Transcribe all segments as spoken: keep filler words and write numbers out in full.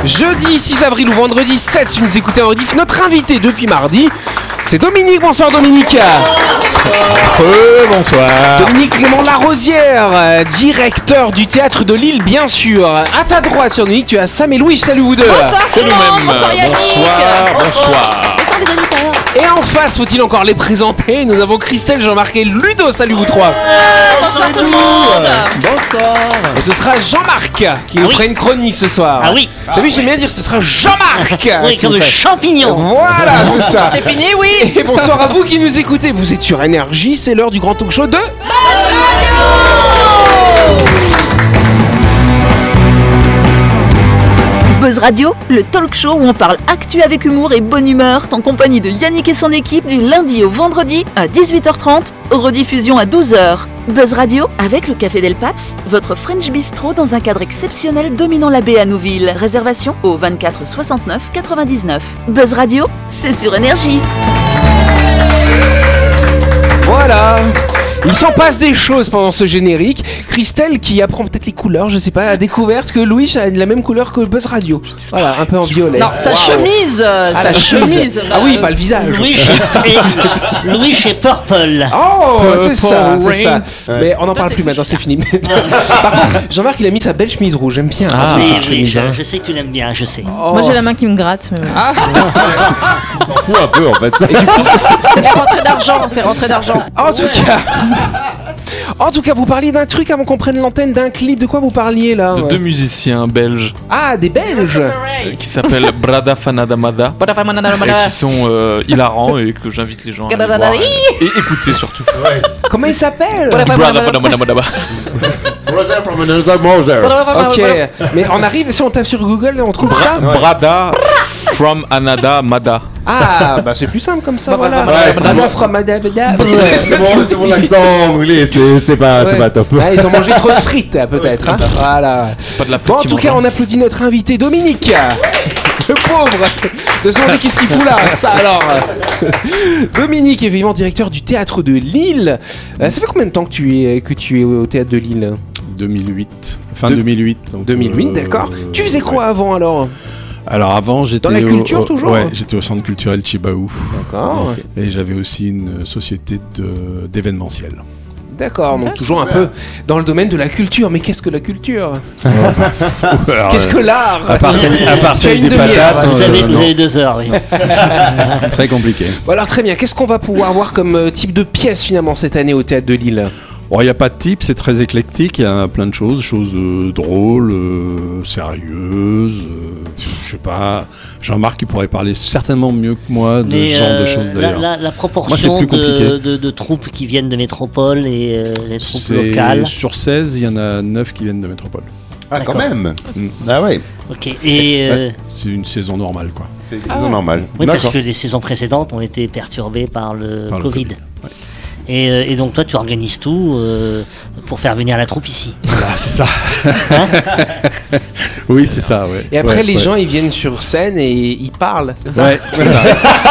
Jeudi six avril ou vendredi sept, si vous nous écoutez en rediff, notre invité depuis mardi, c'est Dominique. Bonsoir Dominique. Euh, bonsoir. Dominique Clément Larosière, directeur du Théâtre de Lille, bien sûr. À ta droite, sur Dominique, tu as Sam et Louis. Salut vous deux. Bonsoir, c'est nous-mêmes. Bonsoir, bonsoir, bonsoir. Bonsoir les auditeurs. Et en face, faut-il encore les présenter? Nous avons Christelle, Jean-Marc et Ludo. Salut vous trois. Bonsoir tout le monde. Bonsoir. Et ce sera Jean-Marc qui Ah nous oui. fera une chronique ce soir. Ah oui. T'as vu, j'aime bien dire ce sera Jean-Marc. Oui, qui comme nous le fait- champignon. Voilà, c'est ça. C'est fini, oui. Et bonsoir à vous qui nous écoutez. Vous êtes sur Énergie, c'est l'heure du grand talk show de... Buzz Radio, le talk show où on parle actu avec humour et bonne humeur, en compagnie de Yannick et son équipe du lundi au vendredi à dix-huit heures trente, rediffusion à douze heures. Buzz Radio avec le Café Del Paps, votre French Bistro dans un cadre exceptionnel dominant la baie à Nouville. Réservation au vingt-quatre soixante-neuf quatre-vingt-dix-neuf. Buzz Radio, c'est sur Énergie. Voilà. Il s'en passe des choses pendant ce générique. Christelle, qui apprend peut-être les couleurs, je sais pas, a découvert que Louis a la même couleur que Buzz Radio. Voilà, un peu en violet. Non, sa Waouh. chemise, euh, Ah, sa la chemise. Ah oui, pas le visage. Louis chez, Louis chez Purple. Oh, c'est ça, Purple c'est ça. Rain. Mais on n'en parle plus maintenant, c'est fini. Par contre, Jean-Marc, il a mis sa belle chemise rouge, j'aime bien. Ah, hein, oui, cette oui, chemise, je, hein. je sais que tu l'aimes bien, je sais. Oh. Moi j'ai la main qui me gratte. mais bon. Ah, On s'en fout un peu en fait. C'est des rentrées d'argent, c'est rentrées d'argent. en tout cas. En tout cas, vous parliez d'un truc avant qu'on prenne l'antenne, d'un clip. De quoi vous parliez là? De deux musiciens belges Ah, des Belges. euh, qui s'appellent Brada Fanadamada et qui sont euh, hilarants et que j'invite les gens à aller voir et, et écouter surtout. Comment ils s'appellent? Brada Fanadamada. Brother from another mother. Ok, mais on arrive, si on tape sur Google, on trouve ça. Brada from Anada Mada. Ah, bah c'est plus simple comme ça, voilà. Ouais, c'est Brada bon. from Madabada. C'est bon, c'est mon accent anglais, c'est c'est pas, c'est Ouais. pas top. Ah, ils ont mangé trop de frites, peut-être. Hein, voilà. Pas de la Bon, en frite tout qui cas, mange, on applaudit notre invité Dominique. Le pauvre. De se demander qu'est-ce qu'il fout là, ça alors. Dominique est vivant directeur du Théâtre de Lille. Euh, ça fait combien de temps que tu es, que tu es au Théâtre de Lille? deux mille huit, fin De- deux mille huit. donc, deux mille huit, euh, d'accord. Tu faisais quoi ouais. avant alors? Alors avant, j'étais Dans la au- culture, au- toujours Ouais, j'étais au centre culturel Chibaou. D'accord. Et j'avais aussi une société de d'événementiel. D'accord, donc toujours un peu dans le domaine de la culture. Mais qu'est-ce que la culture? Alors, Qu'est-ce que l'art? à part celle, à part Tu as celle une des demi-heure. patates, Vous euh, avez, non, vous avez deux heures, oui. très compliqué. Bon, alors très bien, qu'est-ce qu'on va pouvoir voir comme euh, type de pièce finalement cette année au Théâtre de Lille? Bon, il n'y a pas de type, c'est très éclectique, il y a plein de choses, choses euh, drôles, euh, sérieuses, euh, je sais pas, Jean-Marc il pourrait parler certainement mieux que moi de Mais, ce genre de euh, choses la, d'ailleurs. la, la Moi, proportion c'est plus de, compliqué. de, de troupes qui viennent de métropole et euh, les troupes C'est- locales. Sur seize, il y en a neuf qui viennent de métropole. Ah, quand D'accord. même. Mm. Ah ouais. Ok. Et euh, C'est une saison normale quoi. C'est une saison normale. oui, parce D'accord. que les saisons précédentes ont été perturbées par le Par le Covid. Covid, ouais. Et, euh, et donc toi, tu organises tout euh, pour faire venir la troupe ici. Ah, c'est ça. Oui, c'est ça, ouais. Et après, Ouais, les ouais. gens ils viennent sur scène et ils parlent, c'est ça? Ouais, c'est ça.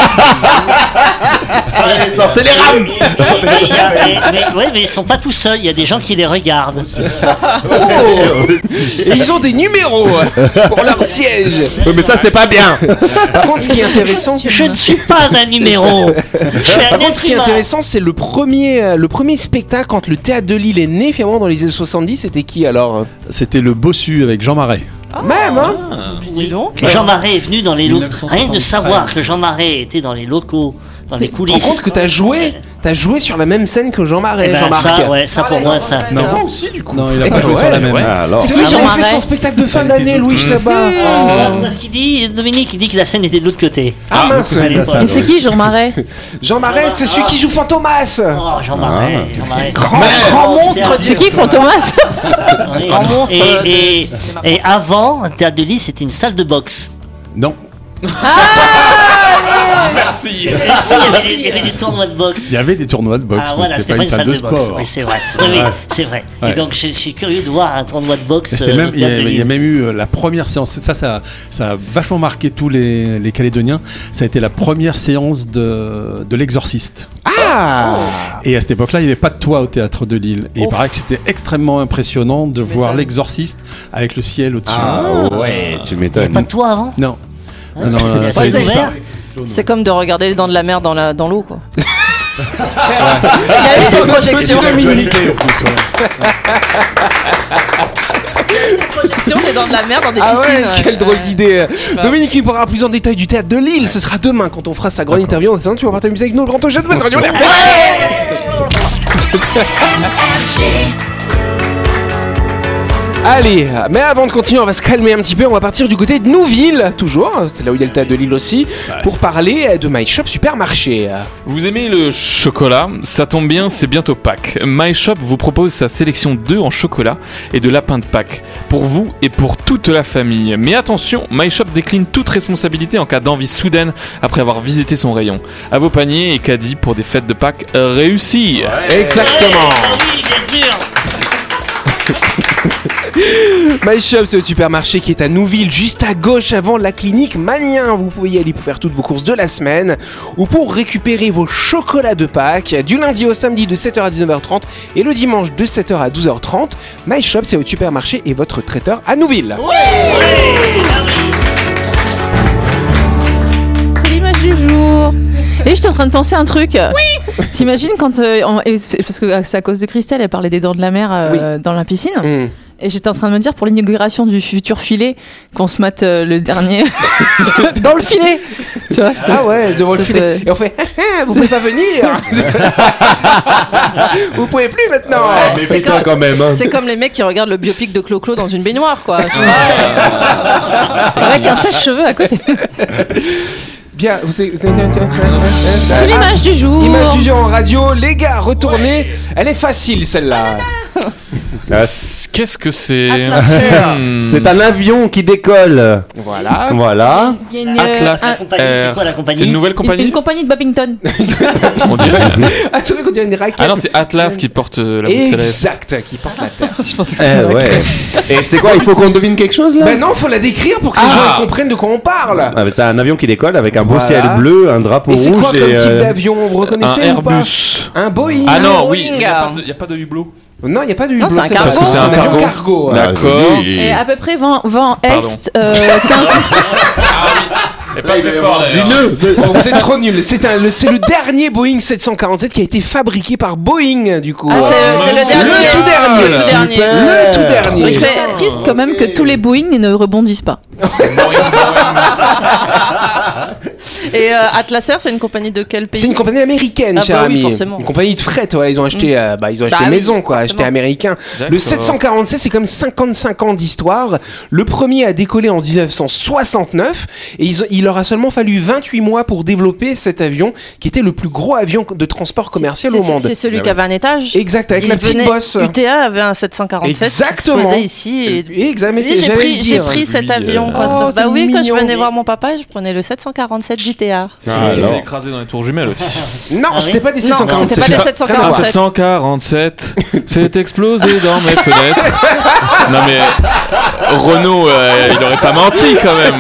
Allez, sortez les rames. mais, mais- ouais, mais ils sont pas tout seuls, il y a des gens qui les regardent. Oh Et ils ont des numéros pour leur siège. Oui, mais ça, c'est pas bien. Par contre, ce qui est intéressant, Je ne suis pas un numéro. Je suis un par contre, ce qui est être humain. intéressant, c'est le premier, euh, le premier spectacle quand le Théâtre de Lille est né, finalement dans les années soixante-dix. C'était qui alors? C'était le Bossu avec Jean Marais. Même, hein? Oui. Jean Marais est venu dans les locaux. mille neuf cent Rien que de soixante-treize. savoir que Jean Marais était dans les locaux, dans les Tu te coulisses. rends compte que t'as joué, t'as joué sur la même scène que Jean Eh Marais, ben, Jean-Marc. ça, ouais, ça pour moi, ça. Non, Moi aussi du coup. non, il a Eh pas ben joué ouais, sur la même. ouais. Ah, alors. C'est vrai, Jean j'avais Marais. fait son spectacle de fin d'année, Louis, là-bas. Euh, moi, ce qu'il dit, Dominique, il dit que la scène était de l'autre côté. Ah mince. À l'époque. Et c'est qui Jean Marais? Jean Marais, c'est celui qui joue Fantomas. Oh, Jean Marais, Jean Marais. Grand- grand monstre. C'est qui Fantomas? Oui. Grand monstre Et, et, de- et avant, le Théâtre de Lille, c'était une salle de boxe. Non, Merci. Et si, il, y avait, il y avait des tournois de boxe. il y avait des tournois de boxe, Ah mais voilà, c'était pas une salle de sport. boxe. Oui, c'est vrai. Oui, oui, c'est vrai. Et Ouais. donc, je, je suis curieux de voir un tournoi de boxe. Et c'était euh, même, au il y, a, Théâtre de il y a Lille. même eu euh, la première séance, ça, ça, ça a vachement marqué tous les, les Calédoniens. Ça a été la première séance de, de l'Exorciste. Ah Ah Et à cette époque-là, il n'y avait pas de toit au théâtre de Lille. Et il paraît que c'était extrêmement impressionnant de voir l'exorciste avec le ciel au-dessus. Ah ouais, tu Il n'y m'étonnes. a pas de toit avant. Non. Ah, Non, non, il y a ça pas c'est- existe d'hiver. pas. C'est comme de regarder les dents de la mer dans la dans l'eau quoi. Il y a eu cette projection. Actualité, en plus, ouais. Projection des dents de la mer dans des Ah piscines. ouais, ouais. quelle drôle Ouais. d'idée. pas. Dominique, il parlera plus en détail du théâtre de Lille. Ce sera demain quand on fera sa grande interview. En attendant, tu vas voir ta musique avec nous, le grand jeu de Buzz Radio. Allez, mais avant de continuer, on va se calmer un petit peu. On va partir du côté de Nouville, toujours. C'est là où il y a le théâtre de Lille aussi, pour parler de My Shop Supermarché. Vous aimez le chocolat? Ça tombe bien, c'est bientôt Pâques. My Shop vous propose sa sélection d'œufs en chocolat et de lapins de Pâques, pour vous et pour toute la famille. Mais attention, My Shop décline toute responsabilité en cas d'envie soudaine après avoir visité son rayon. À vos paniers et caddies pour des fêtes de Pâques réussies. Exactement. Oui, bien sûr. My Shop, c'est le supermarché qui est à Nouville, juste à gauche avant la clinique Manien. Vous pouvez y aller pour faire toutes vos courses de la semaine ou pour récupérer vos chocolats de Pâques du lundi au samedi de sept heures à dix-neuf heures trente et le dimanche de sept heures à douze heures trente. My Shop, c'est votre supermarché et votre traiteur à Nouville. C'est l'image du jour. Et j'étais en train de penser à un truc. Oui. T'imagines quand euh, on- et c'est- parce que c'est à cause de Christelle, elle parlait des dents de la mer euh, dans la piscine. Mmh. Et j'étais en train de me dire pour l'inauguration du futur filet qu'on se mate euh, le dernier dans le filet. Tu vois, ça- Ah ouais, devant le ça filet. fait- Et on fait, ah, ah, vous pouvez pas venir. Vous pouvez plus maintenant. Ouais, Mais c'est putain, comme- quand même. Hein. C'est comme les mecs qui regardent le biopic de Clo-Clo dans une baignoire, quoi. Avec un sèche-cheveux à côté. Bien, vous savez, vous avez- C'est l'image du jour. Image du jour en radio, les gars, retournez. Elle est facile celle-là. Ah, Qu'est-ce que c'est? Atlas. Hmm. C'est un avion qui décolle. Voilà. Voilà. Il y a une, euh, Atlas un- compagnie, c'est quoi la compagnie? C'est une nouvelle une, compagnie? une compagnie de Babington. On dirait. Ah, c'est vrai qu'on dirait une raquette. Ah non, c'est Atlas qui porte euh, la boucle céleste. Exact, qui porte la terre. Je pensais que Eh c'était une ouais. raquette. Et c'est quoi? Il faut qu'on devine quelque chose là? Ben non, faut la décrire pour que les Ah. gens comprennent de quoi on parle. Ah, bah, c'est un avion qui décolle avec un beau Voilà. ciel bleu, un drapeau Et c'est rouge quoi comme et type euh, d'avion? Vous reconnaissez Un ou pas? Airbus. Un Boeing. Ah non, Boeing. oui, il n'y a, pas de- y a pas de hublot. Non, il n'y a pas de Non, hublot, c'est un pas- cargo. Parce que c'est un avion cargo. cargo. ouais. D'accord. Et à peu près vent, vent Pardon. est, euh, quinze. Et pas très fort d'ailleurs. Dis-le. Oh, vous êtes trop nuls. C'est un- le, c'est le dernier Boeing sept cent quarante-sept qui a été fabriqué par Boeing, du coup. Ah, c'est, c'est le Le dernier. tout dernier. Le tout dernier. Le tout dernier. Mais c'est triste quand même que tous les Boeing ne rebondissent pas. Et euh, Atlas Air, c'est une compagnie de quel pays? C'est une compagnie américaine, Ah cher bah oui, ami. forcément. Une compagnie de fret. Ouais, ils ont acheté, euh, bah, ils ont acheté Bah oui, maison, quoi. forcément. Acheté américain. Le D'accord. sept cent quarante-sept, c'est comme cinquante-cinq ans d'histoire. Le premier a décollé en dix-neuf cent soixante-neuf et ils ont- il leur a seulement fallu vingt-huit mois pour développer cet avion qui était le plus gros avion de transport commercial C'est- au monde. C'est celui qui avait un étage. Exact, avec Il la petite venait- bosse. U T A avait un sept cent quarante-sept Exactement. qui se posait ici. Et... Exactement. Oui, j'ai j'allais pris, le j'ai dire. pris cet Lui, avion. euh, quand- Oh, bah c'est oui, quand je mignon. venais voir mon papa, je prenais le sept cent quarante-sept J T A. Celui Ah, qui s'est alors. écrasé dans les tours jumelles aussi. Non, Ah c'était oui pas des Non, sept cent quarante-sept. c'était pas des sept cent quarante-sept. Ah, sept cent quarante-sept, c'est explosé dans mes fenêtres. Non mais Renault, euh, il aurait pas menti quand même.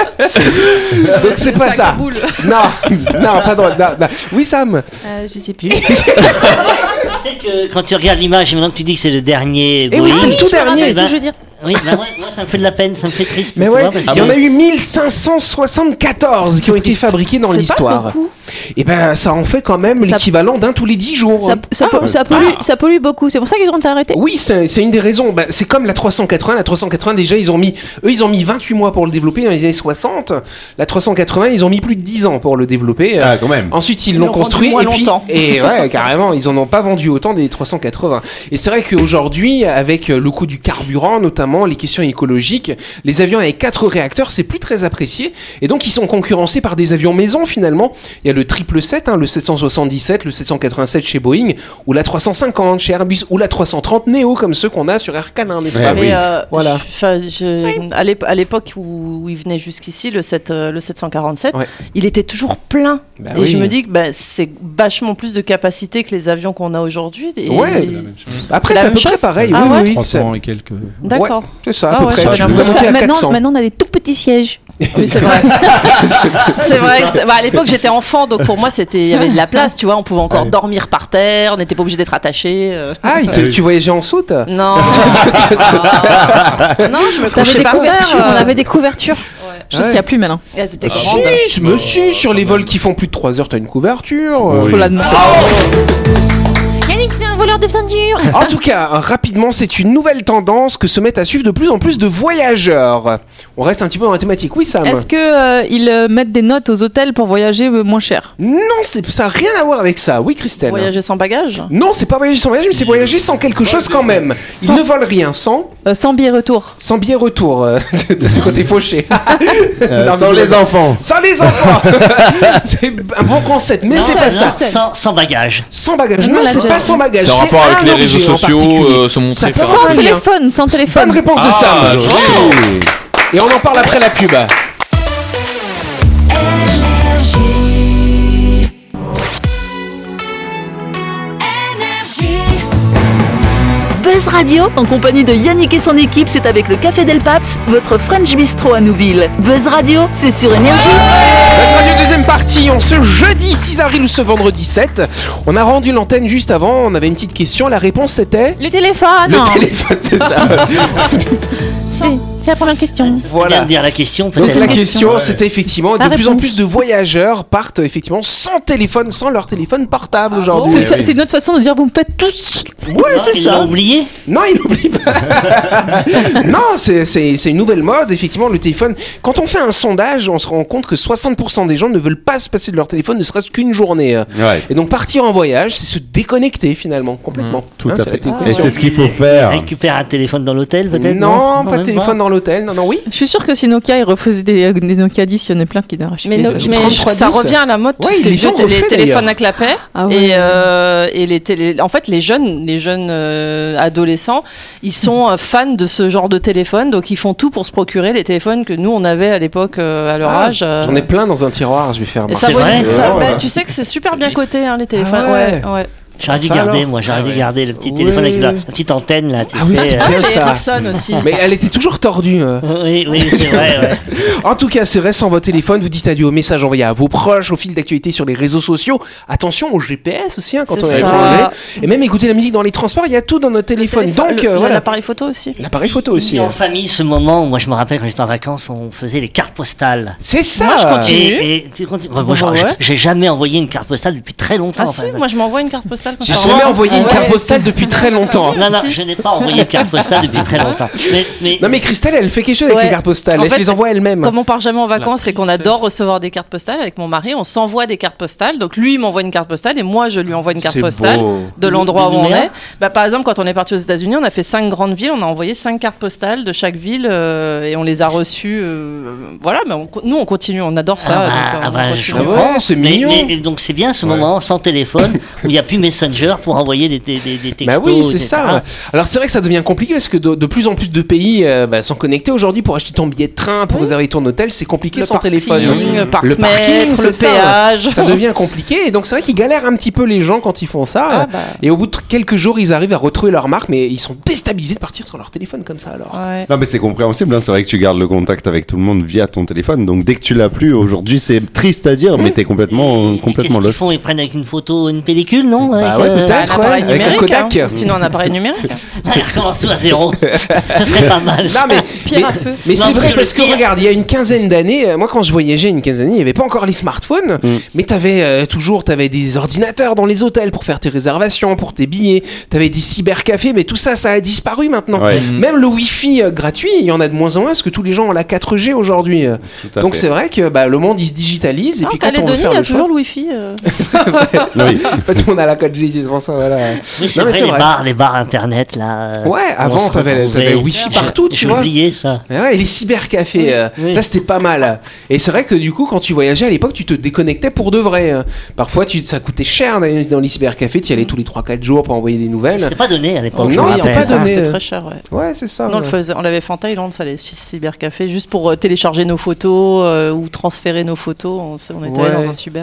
Donc c'est pas Sac à ça. boules. Non, non, pas drôle. non, non. Oui, Sam. Euh, je sais plus. Tu sais que quand tu regardes l'image et maintenant que tu dis que c'est le dernier Eh oui, Boeing, c'est le tout Je me rappelle dernier. ce que je veux dire. oui, bah ouais, moi ça me fait de la peine, ça me fait triste. Mais tu ouais, vois, parce il y en que- a eu mille cinq cent soixante-quatorze qui ont été fabriqués dans C'est pas l'histoire. beaucoup. Et ben, ça en fait quand même Ça- l'équivalent d'un tous les dix jours. Ça, ça, po- ça pollue, ça pollue beaucoup. C'est pour ça qu'ils ont été arrêtés. Oui, c'est c'est une des raisons. Ben, c'est comme la trois cent quatre-vingts. La trois cent quatre-vingts, déjà, ils ont mis, eux, ils ont mis vingt-huit mois pour le développer dans les années soixante. La trois cent quatre-vingts, ils ont mis plus de dix ans pour le développer. Ah, quand même. Ensuite, ils Ils l'ont l'ont construit vendu et moins puis longtemps. et ouais, carrément, ils en ont pas vendu autant des trois cent quatre-vingts. Et c'est vrai qu'aujourd'hui, avec le coût du carburant, notamment les questions écologiques, les avions avec quatre réacteurs, c'est plus très apprécié. Et donc, ils sont concurrencés par des avions maison finalement. Il y a le triple sept, hein, le sept cent soixante-dix-sept, le sept cent quatre-vingt-sept chez Boeing, ou la trois cent cinquante chez Airbus, ou la trois cent trente Neo comme ceux qu'on a sur Air Canin, n'est-ce Ouais, pas oui. Mais euh, Voilà. je- enfin, je- à l'ép- à l'époque où, où il venait jusqu'ici, le, sept, euh, le sept cent quarante-sept, Ouais. il était toujours plein. Bah et oui. je me dis que bah, c'est vachement plus de capacité que les avions qu'on a aujourd'hui. Et- Ouais. Après, C'est la c'est à même peu près chose pareil. Ah oui, ouais oui, trois ça- cents et quelques. D'accord. Ouais, c'est ça, à Ah peu ouais, près. j'avais Tu peux l'impression- monter à maintenant, quatre cents. maintenant, on a des tout petits sièges. Oui, c'est vrai. C'est vrai. que c'est- bah, à l'époque, j'étais enfant, donc pour moi, c'était il y avait de la place, tu vois. On pouvait encore Ouais. dormir par terre, on n'était pas obligé d'être attaché. euh. Ah, il te- Ah oui. tu voyageais en saute? Non. non, je me T'avais couchais des par terre. couvertures, euh. on avait des couvertures. Ouais. Chose Ouais. qu'il n'y a plus maintenant. Et elles étaient Si, grandes. mais si, sur les vols qui font plus de trois heures, t'as une couverture. euh. Oui. Faut la demander. Yannick, c'est un voleur de ceinture. En tout cas, rapidement, c'est une nouvelle tendance que se mettent à suivre de plus en plus de voyageurs. On reste un petit peu dans la thématique. Oui, Sam. Est-ce que euh, ils euh, mettent des notes aux hôtels pour voyager euh, moins cher? Non, c'est, ça n'a rien à voir avec ça. Oui, Christelle. Voyager sans bagage. Non, c'est pas voyager sans voyage, mais c'est voyager sans quelque chose quand même. Ils Sans- ne volent rien sans, Euh, Sans billet retour. sans billet retour. euh, c'est côté fauché. Euh, Non, mais sans c'est les pas- enfants. Sans les enfants. C'est un bon concept, mais Non, c'est non, pas ça. Sans, sans bagage. Sans bagage. Non, Non, là, c'est j'ai- pas sans bagage. C'est en rapport un avec les objet réseaux en sociaux, particulier. euh, se montrer, Ça et peut cetera. avoir Sans un lien. téléphone, sans téléphone. Bonne réponse de Ah, Sam. joli. Et on en parle après la pub. Buzz Radio, en compagnie de Yannick et son équipe, c'est avec le Café Del Paps, votre French Bistro à Nouville. Buzz Radio, c'est sur Énergie. Buzz Radio deuxième partie, en ce jeudi six avril ou ce vendredi sept. On a rendu l'antenne juste avant, on avait une petite question, la réponse c'était... Le téléphone. Le non. téléphone, c'est ça. C'est c'est la première question. C'est Voilà. bien de dire la question, Donc peut-être. la la question, question. c'était effectivement, de La plus en réponse. plus de voyageurs partent effectivement sans téléphone, sans leur téléphone portable aujourd'hui. C'est oui. c'est une autre façon de dire vous me faites tous. Ouais, Non, c'est ils ça. l'ont oublié. Non, il n'oublie pas. Non, c'est, c'est, c'est une nouvelle mode, effectivement, le téléphone. Quand on fait un sondage, on se rend compte que soixante pour cent des gens ne veulent pas se passer de leur téléphone, ne serait-ce qu'une journée. Ouais. Et donc partir en voyage, c'est se déconnecter finalement, complètement. Tout Hein, à ça fait. été une Et question. c'est ce qu'il faut faire. Récupère un téléphone dans l'hôtel, peut-être. Non, Quand pas de même téléphone dans l'hôtel. Non, non, oui. Je suis sûre que si Nokia ils refaisaient des, des Nokia dix, il y en a plein qui rachetaient. Mais, les no- autres. mais trente-trois ça dix. revient à la mode, tous Ouais, ces les gens vieux télé- refait, téléphones d'ailleurs. à clapet. Ah ouais. Et, euh, et les télé... en fait, les jeunes, les jeunes euh, adolescents, ils sont euh, fans de ce genre de téléphone, donc ils font tout pour se procurer les téléphones que nous on avait à l'époque euh, à leur Ah, âge. euh. J'en ai plein dans un tiroir, je vais faire. Et moi. ça C'est vaut- vrai ça- Ouais, bah, ouais. tu sais que c'est super bien coté hein, les téléphones. Ah ouais. ouais, ouais. J'aurais dû Ça garder, alors moi, j'aurais Ah dû ouais. garder le petit Ouais. téléphone avec la, la petite antenne, là, tu Ah oui, sais. c'était euh, bien les ça. Ericsson aussi. Mais elle était toujours tordue. euh. Oui, oui, c'est vrai, ouais. En tout cas, c'est vrai, sans votre téléphone, vous dites adieu aux messages envoyés à vos proches, au fil d'actualité sur les réseaux sociaux. Attention au G P S aussi, hein, quand C'est on est à ça. l'étranger. Et même écouter la musique dans les transports, il y a tout dans notre téléphone. Téléphone- Donc, le- euh, le- voilà. l'appareil photo aussi. L'appareil photo aussi. Et en hein. famille, ce moment, moi je me rappelle quand j'étais en vacances, on faisait les cartes postales. C'est ça. Moi, je continue. Et, et tu continues- enfin, moi, je- Ouais. je- j'ai jamais envoyé une carte postale depuis très longtemps. Ah enfin. si, moi je m'envoie une carte postale. quand J'ai je jamais rentre. envoyé une Ouais. carte postale depuis très longtemps. Non, non, Si. je n'ai pas envoyé une carte postale depuis très longtemps. Mais, mais, Non mais Christelle, elle fait quelque chose avec Ouais. les cartes postales. En Elle se fait, les envoie elle-même. Comme on part jamais en vacances La et qu'on tristesse. adore recevoir des cartes postales avec mon mari, on s'envoie des cartes postales. Donc lui il m'envoie une carte postale et moi je lui envoie une carte C'est postale beau. de l'endroit Des où on numéros est. Bah, par exemple, quand on est parti aux États-Unis, on a fait cinq grandes villes, on a envoyé cinq cartes postales de chaque ville euh, et on les a reçues. euh, voilà, mais on- nous on continue, on adore ça. Ah bah, donc, euh, ah on bah, continue. Ah ouais, c'est mais- mignon. mais- donc c'est bien ce moment sans téléphone où il n'y a plus Messenger pour envoyer des, des, des, des textos. Bah oui, c'est et cetera. ça. ouais. Alors c'est vrai que ça devient compliqué parce que de, de plus en plus de pays euh, bah, sont connectés aujourd'hui pour acheter ton billet de train, pour Oui. réserver ton hôtel, c'est compliqué Le sans parking, téléphone. le parc Le parking, mètre, c'est le ça, ouais. péage. Ça devient compliqué et donc c'est vrai qu'ils galèrent un petit peu les gens quand ils font ça. Ah bah. Et au bout de quelques jours, ils arrivent à retrouver leur marque, mais ils sont déstabilisés de partir sur leur téléphone comme ça alors. Ouais. Non mais c'est compréhensible, hein. C'est vrai que tu gardes le contact avec tout le monde via ton téléphone, donc dès que tu l'as plus, aujourd'hui c'est triste à dire, mais t'es complètement, Et complètement qu'est-ce qu'ils lost. font Ils prennent avec une photo, une pellicule, non Bah Avec, ouais, euh, peut-être. Un appareil ouais, avec un numérique, Kodak. hein. Sinon un appareil numérique. Ils recommencent tout à zéro. Ça serait pas mal. Non mais, Pierre mais, à feu. mais Non, c'est parce vrai que parce le que pire- regarde, il y a une quinzaine d'années, euh, moi quand je voyageais une quinzaine d'années, il n'y avait pas encore les smartphones, Mm. mais t'avais euh, toujours t'avais des ordinateurs dans les hôtels pour faire tes réservations, pour tes billets, t'avais des cybercafés, mais tout ça, ça a disparu maintenant. Ouais, Même le Wi-Fi euh, gratuit, il y en a de moins en moins parce que tous les gens ont la quatre G aujourd'hui. euh. tout à Donc fait. c'est vrai que bah, le monde il se digitalise et Ah, puis en quand on veut Calédonie, faire il y a le choix, toujours le Wi-Fi. euh. c'est vrai. Oui. En fait, on a la quatre G, c'est pour ça voilà. Oui, c'est Non, mais vrai, c'est les vrai. bars, les bars internet là. euh, Ouais, où on avant se t'avais retrouvait. t'avais Wi-Fi partout, tu J'ai vois. oublié ça. Mais ouais, et les cybercafés, euh, Oui. ça c'était pas mal. Et c'est vrai que du coup, quand tu voyageais à l'époque, tu te déconnectais pour de vrai. euh. Parfois, tu, ça coûtait cher d'aller dans les cybercafés, tu y allais tous les trois quatre jours pour envoyer des nouvelles. C'était pas donné à l'époque. Non, je me c'était rappelle. pas ça donné. coûtait très cher, ouais. Ouais, c'est ça. Non, on le ouais. faisait, on l'avait fait en Thaïlande, ça, les cybercafés, juste pour euh, télécharger nos photos euh, ou transférer nos photos. On, s- on était allé Ouais. dans un cyber, ouais.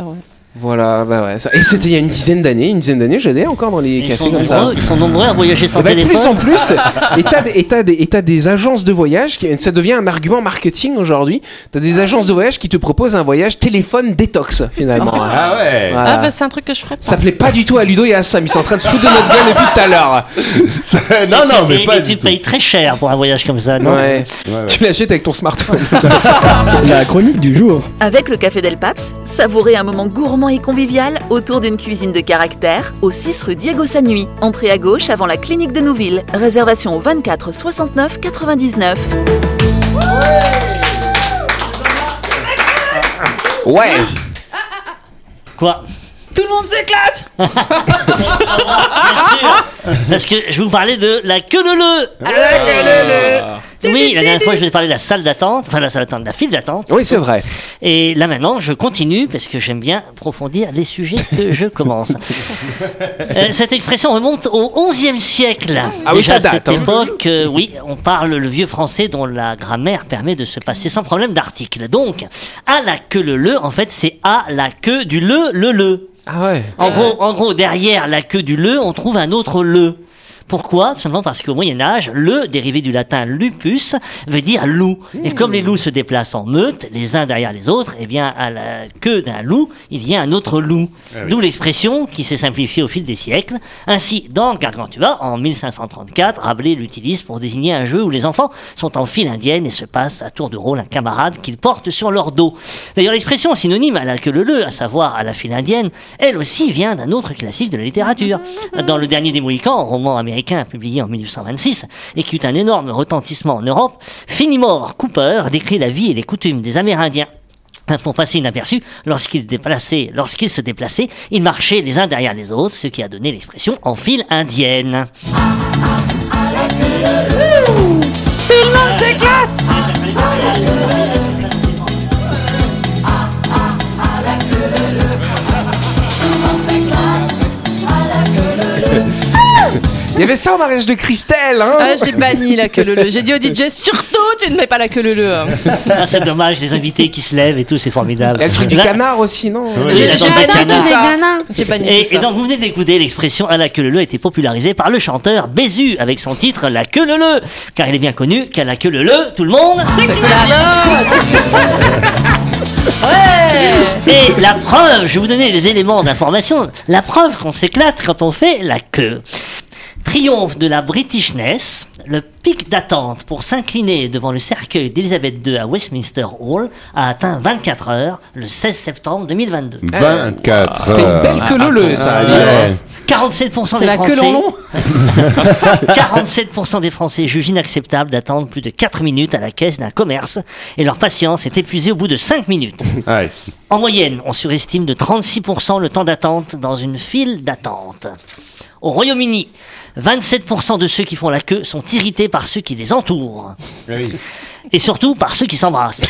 Voilà, bah ouais. Ça... Et c'était il y a une dizaine d'années, une dizaine d'années, j'allais encore dans les Ils cafés sont, comme nombreux, ça. ils sont nombreux à voyager sans Et bah, téléphone. plus en plus, et t'as, des- et, t'as des, et t'as des, et t'as des agences de voyage, qui, ça devient un argument marketing aujourd'hui. T'as des agences de voyage qui te proposent un voyage téléphone détox finalement. Ah ouais. Voilà. Ah bah c'est un truc que je ferais pas. Ça plaît pas du tout à Ludo et à Sam, ils sont en train de se foutre de notre gueule depuis tout à l'heure. non, non, mais Et- pas et du tu tout. payes très cher pour un voyage comme ça, non? Ouais. Ouais, ouais. Tu l'achètes avec ton smartphone. La chronique du jour. Avec le Café Del Paps, savourez un moment gourmand et convivial autour d'une cuisine de caractère au six rue Diego Sanui. Entrée à gauche avant la clinique de Nouville. Réservation au vingt-quatre soixante-neuf quatre-vingt-dix-neuf. Ouais. Quoi? Tout le monde s'éclate. Bien sûr. Parce que je vais vous parler de la queue leu leu. La queue leu leu. Oui, la dernière fois, je vous ai parlé de la salle d'attente, enfin la salle d'attente, de la file d'attente. Oui, c'est vrai. Et là maintenant, je continue parce que j'aime bien approfondir les sujets que je commence. Euh, cette expression remonte au onzième siècle. Ah oui, Déjà ça à cette date, hein. époque, euh, oui, on parle le vieux français dont la grammaire permet de se passer sans problème d'article. Donc, à la queue le le, en fait, c'est à la queue du le le le. Ah ouais. En gros, en gros, derrière la queue du le, on trouve un autre le. Pourquoi? Tout simplement parce qu'au Moyen-Âge, le, dérivé du latin lupus, veut dire loup. Et comme les loups se déplacent en meute, les uns derrière les autres, eh bien, à la queue d'un loup, il y a un autre loup. D'où l'expression qui s'est simplifiée au fil des siècles. Ainsi, dans Gargantua, en mille cinq cent trente-quatre, Rabelais l'utilise pour désigner un jeu où les enfants sont en file indienne et se passent à tour de rôle un camarade qu'ils portent sur leur dos. D'ailleurs, l'expression synonyme à la queue leu leu, à savoir à la file indienne, elle aussi vient d'un autre classique de la littérature. Dans Le Dernier des Mohicans, roman américain publié en mille huit cent vingt-six et qui eut un énorme retentissement en Europe, Fenimore Cooper décrit la vie et les coutumes des Amérindiens. Pour passer inaperçu, lorsqu'ils déplaçaient, lorsqu'ils se déplaçaient, ils marchaient les uns derrière les autres, ce qui a donné l'expression en file indienne. Tout le monde s'éclate. Il y avait ça au mariage de Christelle, hein. Ah, j'ai banni la queue leu leu. J'ai dit au D J surtout tu ne mets pas la queue leu leu. Ah, c'est dommage, les invités qui se lèvent et tout, c'est formidable. Il y a le truc du Là- canard aussi, non? Oui, J'ai la j'ai danse des banni tout canards. ça. J'ai banni tout Et, ça. et donc vous venez d'écouter l'expression à la queue leu leu a été popularisée par le chanteur Bézu avec son titre La queue leu leu, car il est bien connu qu'à la queue leu leu, tout le monde Et la preuve, je vais vous donner des éléments d'information, la preuve qu'on s'éclate quand on fait la queue. Triomphe de la Britishness, le pic d'attente pour s'incliner devant le cercueil d'Elisabeth deux à Westminster Hall a atteint vingt-quatre heures le seize septembre deux mille vingt-deux. vingt-quatre C'est une heures. belle queue leu leu, ça. Ah, dis ouais. donc. quarante-sept pour cent C'est des la queue Français, long long. quarante-sept pour cent des Français jugent inacceptable d'attendre plus de quatre minutes à la caisse d'un commerce et leur patience est épuisée au bout de cinq minutes. Ouais. En moyenne, on surestime de trente-six pour cent le temps d'attente dans une file d'attente. Au Royaume-Uni, vingt-sept pour cent de ceux qui font la queue sont irrités par ceux qui les entourent. Oui. Et surtout par ceux qui s'embrassent.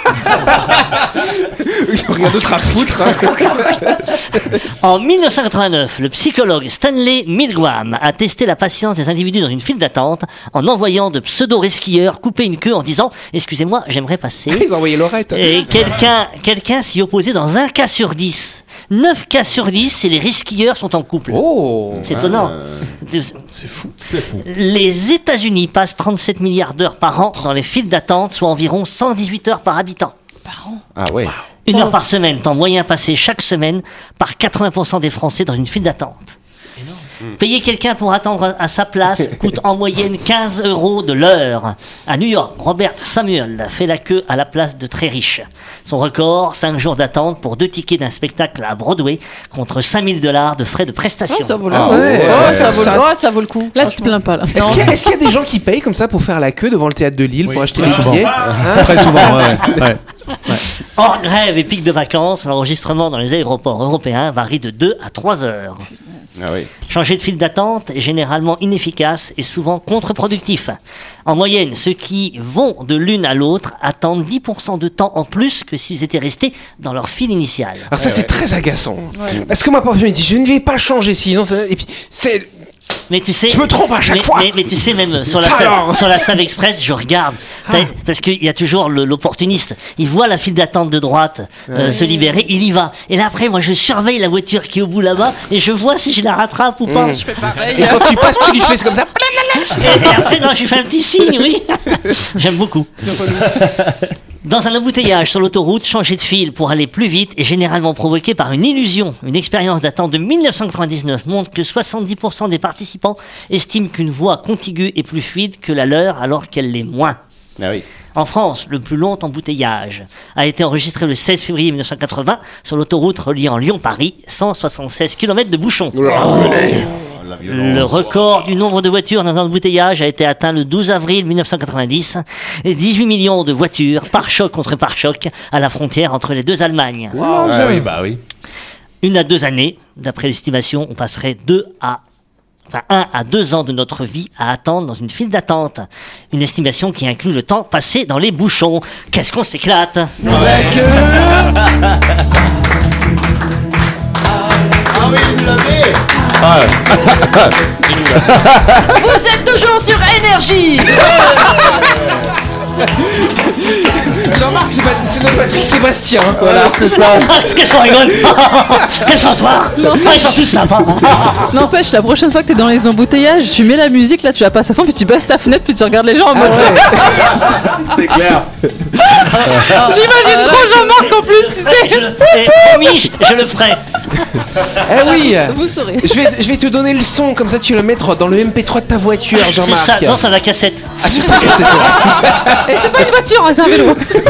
Ils ont rien d'autre à foutre, hein. En mille neuf cent quatre-vingt-neuf, le psychologue Stanley Milgram a testé la patience des individus dans une file d'attente en envoyant de pseudo-resquilleurs couper une queue en disant « Excusez-moi, j'aimerais passer ». Ils ont envoyé Laurette. Et quelqu'un quelqu'un s'y opposait dans un cas sur dix. neuf cas sur dix et les resquilleurs sont en couple. Oh. C'est étonnant. C'est fou. Les États-Unis passent trente-sept milliards d'heures par an dans les files d'attente, soit environ cent dix-huit heures par habitant. Ah ouais. Une heure par semaine, temps moyen passé chaque semaine par quatre-vingts pour cent des Français dans une file d'attente. Payer quelqu'un pour attendre à- à sa place coûte en moyenne quinze euros de l'heure. À New York, Robert Samuel fait la queue à la place de très riche. Son record, cinq jours d'attente pour deux tickets d'un spectacle à Broadway contre cinq mille dollars de frais de prestation. Oh, ça vaut le Ah coup. ouais, Oh, ouais, ça vaut ça- le- oh, ça vaut le coup. Là, tu te plains pas, là. Est-ce qu'il y, a- est-ce qu'il y a des gens qui payent comme ça pour faire la queue devant le théâtre de Lille pour acheter des billets, hein? Très souvent, ouais. ouais. Hors grève et pic de vacances, l'enregistrement dans les aéroports européens varie de deux à trois heures. Ah oui. Changer de file d'attente est généralement inefficace et souvent contre-productif. En moyenne, ceux qui vont de l'une à l'autre attendent dix pour cent de temps en plus que s'ils étaient restés dans leur file initiale. Alors ça, c'est très agaçant. Parce que moi, parfois, je me dis, je ne vais pas changer, sinon ça... Et puis, c'est... Mais tu sais, Je me trompe à chaque mais, fois. Mais, mais tu sais, même sur la, Ça Sav- alors sur la Sav Express, je regarde. T'as- Parce qu'il y a toujours le- l'opportuniste. Il voit la file d'attente de droite euh, se libérer, il y va. Et là, après, moi, je surveille la voiture qui est au bout là-bas et je vois si je la rattrape ou pas. Je fais pareil. Et quand tu passes, tu lui fais comme ça. Et, et après, non, je lui fais un petit signe, oui. J'aime beaucoup. Dans un embouteillage sur l'autoroute, changer de fil pour aller plus vite est généralement provoqué par une illusion. Une expérience datant de dix-neuf cent quatre-vingt-dix-neuf montre que soixante-dix pour cent des participants estiment qu'une voie contiguë est plus fluide que la leur alors qu'elle l'est moins. Ah oui. En France, le plus long embouteillage a été enregistré le seize février mille neuf cent quatre-vingts sur l'autoroute reliant Lyon-Paris, cent soixante-seize kilomètres de bouchons. Le record du nombre de voitures dans un embouteillage a été atteint le douze avril mille neuf cent quatre-vingt-dix. Et dix-huit millions de voitures, pare-choc contre pare-choc, à la frontière entre les deux Allemagnes. Ah oui, bah oui. Une à deux années, d'après l'estimation, on passerait deux à Enfin, un à deux ans de notre vie à attendre dans une file d'attente. Une estimation qui inclut le temps passé dans les bouchons. Qu'est-ce qu'on s'éclate! Avec Vous êtes toujours sur Énergie. Jean-Marc, c'est, pas- c'est notre Patrick Sébastien. Voilà, c'est ça. Qu'est-ce qu'on rigole! Quel soir! Ils sont tous sympas! N'empêche, la prochaine fois que t'es dans les embouteillages, tu mets la musique, là tu la passes à fond, puis tu baisses ta fenêtre, puis tu regardes les gens en mode. C'est clair. J'imagine trop Jean-Marc en plus, tu sais. Je, et promis, je, je le ferai. Eh oui. Vous saurez. Je vais, je vais te donner le son, comme ça tu vas le mettre dans le M P trois de ta voiture, C'est Jean-Marc. ça, non, c'est la cassette. Ah, sur ta cassette. Et c'est pas une voiture, hein, c'est un vélo.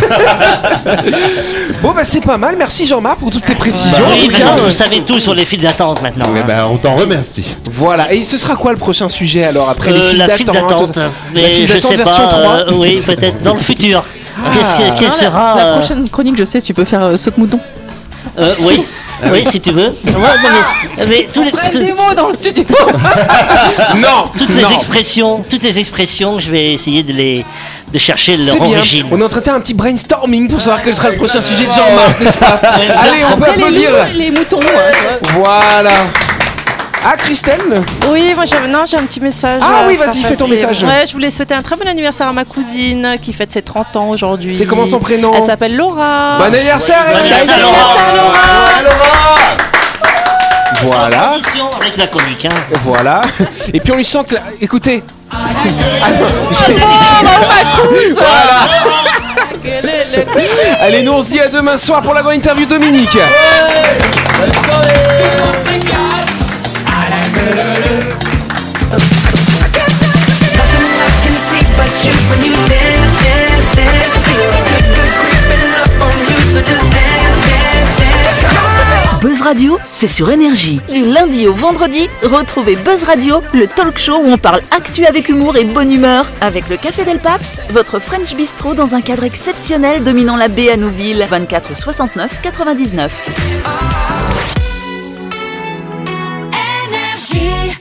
Bon, bah c'est pas mal. Merci Jean-Marc pour toutes ces précisions. Bah En oui, tout maintenant cas, vous euh, savez tout sur les files d'attente maintenant. Eh hein. ben, on t'en remercie. Voilà. Et ce sera quoi le prochain sujet alors après les Euh, files la d'attente file d'attente, La mais file je d'attente sais version pas. trois. euh, oui, peut-être dans le futur. Qu'est-ce que, quel Ah, la- sera La euh, prochaine chronique, je sais, tu peux faire euh, saute-mouton. euh, Oui, oui, si tu veux. Ouais, non, mais, mais tous les- Prenne tout- des mots dans le studio. Non. toutes les non. expressions, toutes les expressions, je vais essayer de les, de chercher leur C'est bien. origine. On est en train de faire un petit brainstorming pour savoir quel sera le prochain sujet de Jean-Marc, n'est-ce pas? Allez, on peut Après, les, applaudir. loups, les moutons. hein, tu vois. Voilà. Ah, Christelle. Oui, moi j'ai, non, j'ai un petit message. Ah à oui, faire vas-y, fais ton passer. message. Ouais, je voulais souhaiter un très bon anniversaire à ma cousine qui fête ses trente ans aujourd'hui. C'est comment son prénom? Elle s'appelle Laura. Bon anniversaire, Bon Eric. anniversaire, Laura. Voilà. Transition avec la comique, hein. Voilà. Et puis on lui chante. la- Écoutez. Ah non, j'ai- Oh, Voilà. Allez, nous on se dit à demain soir pour la grande interview Dominique. Buzz Radio, c'est sur Énergie. Du lundi au vendredi, retrouvez Buzz Radio, le talk show où on parle actu avec humour et bonne humeur. Avec le Café Del Paps, votre French Bistro dans un cadre exceptionnel dominant la baie à Nouville. vingt-quatre soixante-neuf quatre-vingt-dix-neuf.